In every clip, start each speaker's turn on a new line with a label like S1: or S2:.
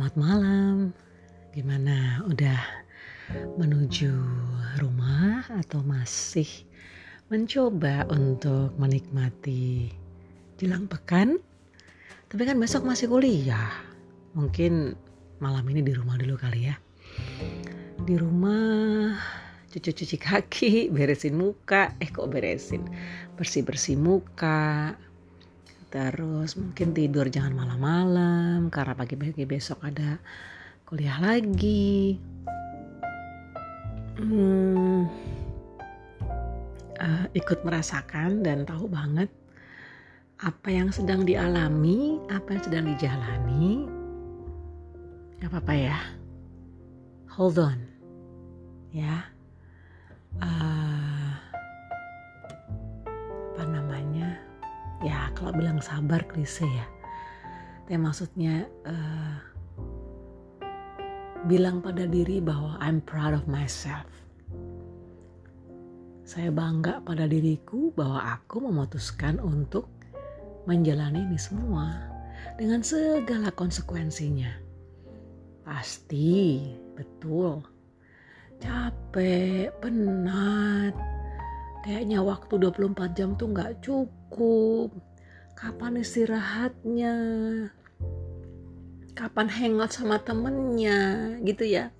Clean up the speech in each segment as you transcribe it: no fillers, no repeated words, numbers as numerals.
S1: Selamat malam. Gimana? Udah menuju rumah atau masih mencoba untuk menikmati jelang pekan? Tapi kan besok masih kuliah. Mungkin malam ini di rumah dulu kali ya. Di rumah cuci kaki, beresin muka. Bersih-bersih muka. Terus mungkin tidur jangan malam-malam karena pagi-pagi besok ada kuliah lagi. Ikut merasakan dan tahu banget apa yang sedang dialami, apa yang sedang dijalani. Gak apa-apa ya. Hold on. Ya. Apa namanya? Ya kalau bilang sabar klise ya. Tapi maksudnya bilang pada diri bahwa I'm proud of myself. Saya bangga pada diriku bahwa aku memutuskan untuk menjalani ini semua dengan segala konsekuensinya. Pasti, betul. Capek, penat. Kayaknya waktu 24 jam tuh gak cukup. Kapan istirahatnya? Kapan hangout sama temennya? Gitu ya.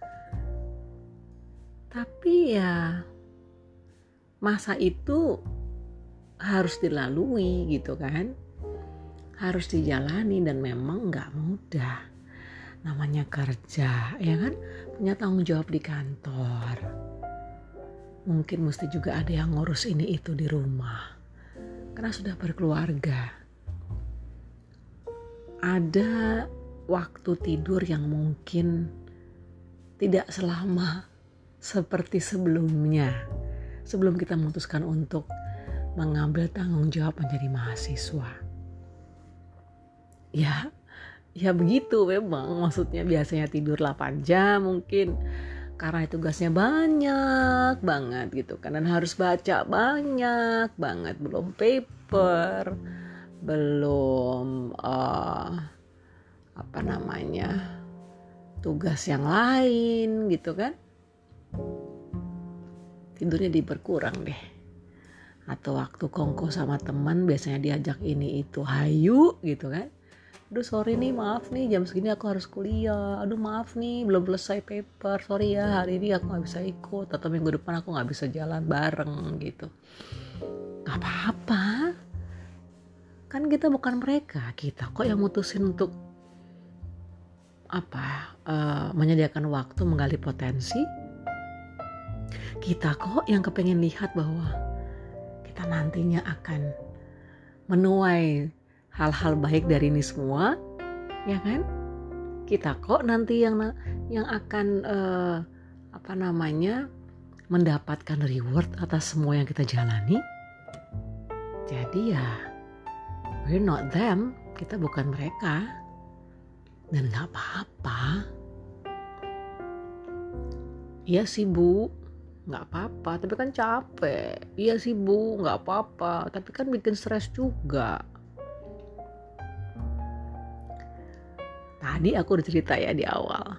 S1: Tapi ya masa itu harus dilalui gitu kan. Harus dijalani dan memang gak mudah. Namanya kerja, ya kan? Punya tanggung jawab di kantor. Mungkin mesti juga ada yang ngurus ini itu di rumah. Karena sudah berkeluarga. Ada waktu tidur yang mungkin tidak selama seperti sebelumnya. Sebelum kita memutuskan untuk mengambil tanggung jawab menjadi mahasiswa. Ya begitu memang. Maksudnya biasanya tidur 8 jam mungkin. Karena tugasnya banyak banget gitu kan. Dan harus baca banyak banget. Belum paper. Belum tugas yang lain gitu kan. Tidurnya diperkurang deh. Atau waktu kongko sama teman biasanya diajak ini itu. Hayu gitu kan. Aduh sorry nih, maaf nih jam segini aku harus kuliah. Aduh maaf nih belum selesai paper. Sorry ya hari ini aku gak bisa ikut. Atau minggu depan aku gak bisa jalan bareng gitu. Gak apa-apa. Kan kita bukan mereka. Kita kok yang mutusin untuk menyediakan waktu menggali potensi. Kita kok yang kepengen lihat bahwa kita nantinya akan menuai hal-hal baik dari ini semua, ya kan? Kita kok nanti yang akan mendapatkan reward atas semua yang kita jalani. Jadi ya, we're not them, kita bukan mereka, dan nggak apa-apa. Iya sih Bu, nggak apa-apa, tapi kan capek. Iya sih Bu, nggak apa-apa, tapi kan bikin stres juga. Tadi aku udah cerita ya di awal.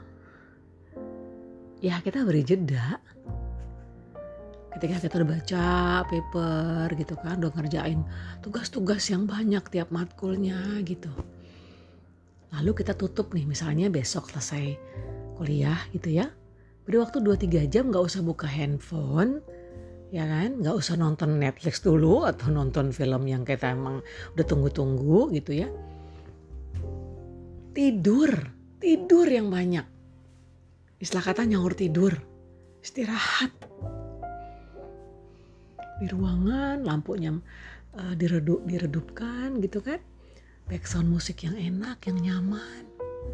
S1: Ya kita beri jeda. Ketika kita udah baca paper gitu kan. Udah ngerjain tugas-tugas yang banyak tiap matkulnya gitu. Lalu kita tutup nih. Misalnya besok selesai kuliah gitu ya. Beri waktu 2-3 jam gak usah buka handphone. Ya kan. Gak usah nonton Netflix dulu. Atau nonton film yang kita emang udah tunggu-tunggu gitu ya. Tidur yang banyak. Istilah kata nyaur tidur. Istirahat. Di ruangan lampunya diredupkan gitu kan. Background musik yang enak, yang nyaman.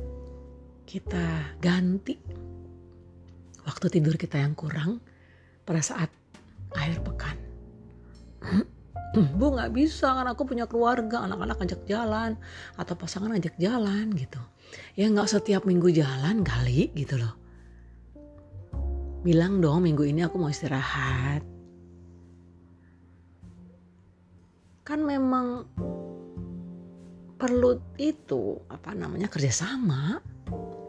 S1: Kita ganti waktu tidur kita yang kurang pada saat akhir pekan. Bu gak bisa kan aku punya keluarga, anak-anak ajak jalan atau pasangan ajak jalan gitu. Ya gak setiap minggu jalan kali gitu loh. Bilang dong minggu ini aku mau istirahat. Kan memang perlu itu kerjasama.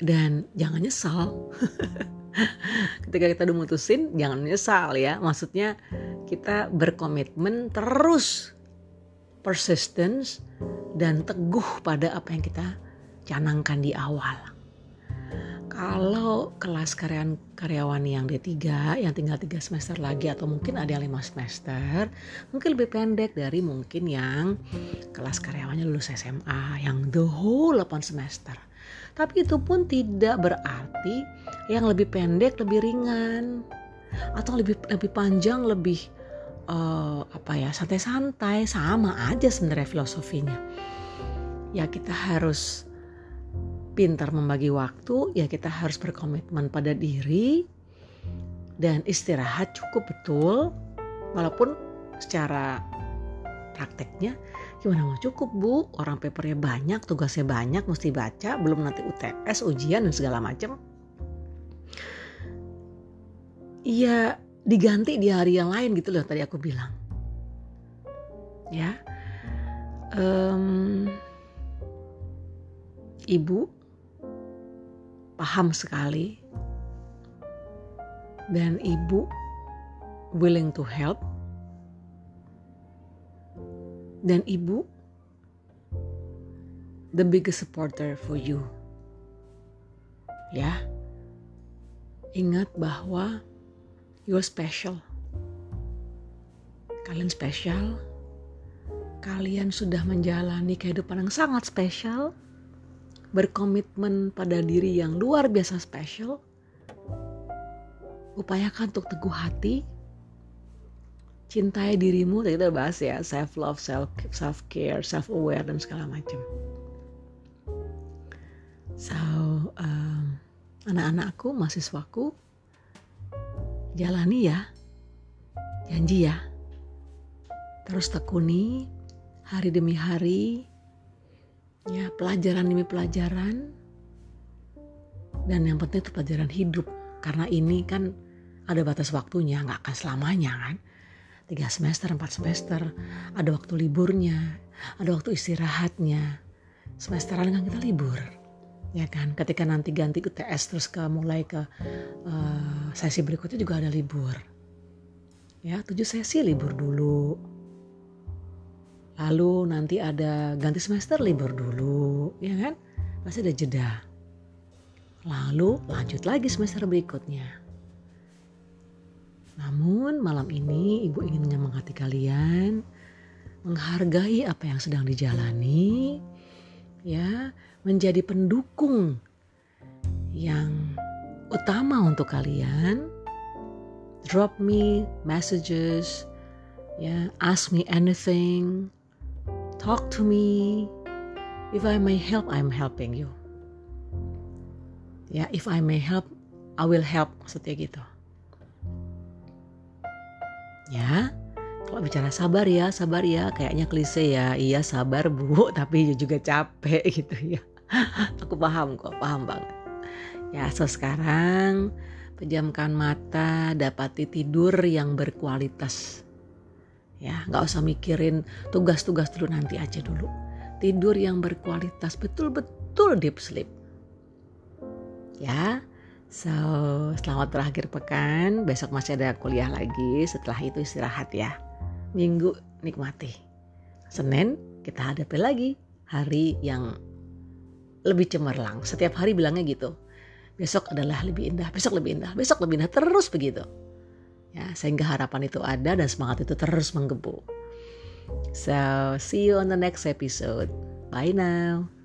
S1: Dan jangan nyesal. Ketika kita udah mutusin, jangan menyesal ya. Maksudnya kita berkomitmen terus, persistence, dan teguh pada apa yang kita canangkan di awal. Kalau kelas karyawan yang D3 yang tinggal 3 semester lagi, atau mungkin ada yang 5 semester, mungkin lebih pendek dari mungkin yang kelas karyawannya lulus SMA yang the whole 8 semester. Tapi itu pun tidak berarti yang lebih pendek lebih ringan, atau lebih panjang lebih santai-santai. Sama aja sebenarnya filosofinya. Ya kita harus pintar membagi waktu, ya kita harus berkomitmen pada diri dan istirahat cukup betul. Walaupun secara prakteknya gimana mau cukup Bu, orang papernya banyak, tugasnya banyak, mesti baca, belum nanti UTS, ujian dan segala macam. Iya, diganti di hari yang lain gitu loh tadi aku bilang. Ya, Ibu paham sekali dan Ibu willing to help, dan Ibu the biggest supporter for you. Ya, ingat bahwa you're special. Kalian spesial. Kalian sudah menjalani kehidupan yang sangat spesial. Berkomitmen pada diri yang luar biasa spesial. Upayakan untuk teguh hati. Cintai dirimu, tadi kita bahas ya, self love, self care, self aware dan segala macam. So, anak-anakku, mahasiswaku, jalani ya, janji ya. Terus tekuni hari demi hari. Ya, pelajaran demi pelajaran, dan yang penting itu pelajaran hidup, karena ini kan ada batas waktunya, nggak akan selamanya kan. 3 semester, 4 semester, ada waktu liburnya, ada waktu istirahatnya. Semesteran kan kita libur, ya kan. Ketika nanti ganti UTS terus mulai ke sesi berikutnya juga ada libur. Ya, 7 sesi libur dulu. Lalu nanti ada ganti semester libur dulu, ya kan? Pasti ada jeda. Lalu lanjut lagi semester berikutnya. Namun malam ini Ibu ingin menyemangati kalian, menghargai apa yang sedang dijalani, ya, menjadi pendukung yang utama untuk kalian. Drop me messages, ya, ask me anything. Talk to me. If I may help, I'm helping you. Ya, if I may help, I will help. Maksudnya gitu. Ya, kalau bicara sabar ya. Kayaknya klise ya. Iya sabar Bu, tapi juga capek gitu ya. Aku paham kok, paham banget. Ya, so sekarang pejamkan mata, dapati tidur yang berkualitas. Ya, nggak usah mikirin tugas-tugas dulu, nanti aja dulu. Tidur yang berkualitas, betul-betul deep sleep. Ya, so selamat berakhir pekan. Besok masih ada kuliah lagi. Setelah itu istirahat ya. Minggu nikmati. Senin kita hadapi lagi hari yang lebih cemerlang. Setiap hari bilangnya gitu. Besok adalah lebih indah, besok lebih indah, besok lebih indah, terus begitu. Ya, sehingga harapan itu ada dan semangat itu terus menggebu. So, see you on the next episode. Bye now.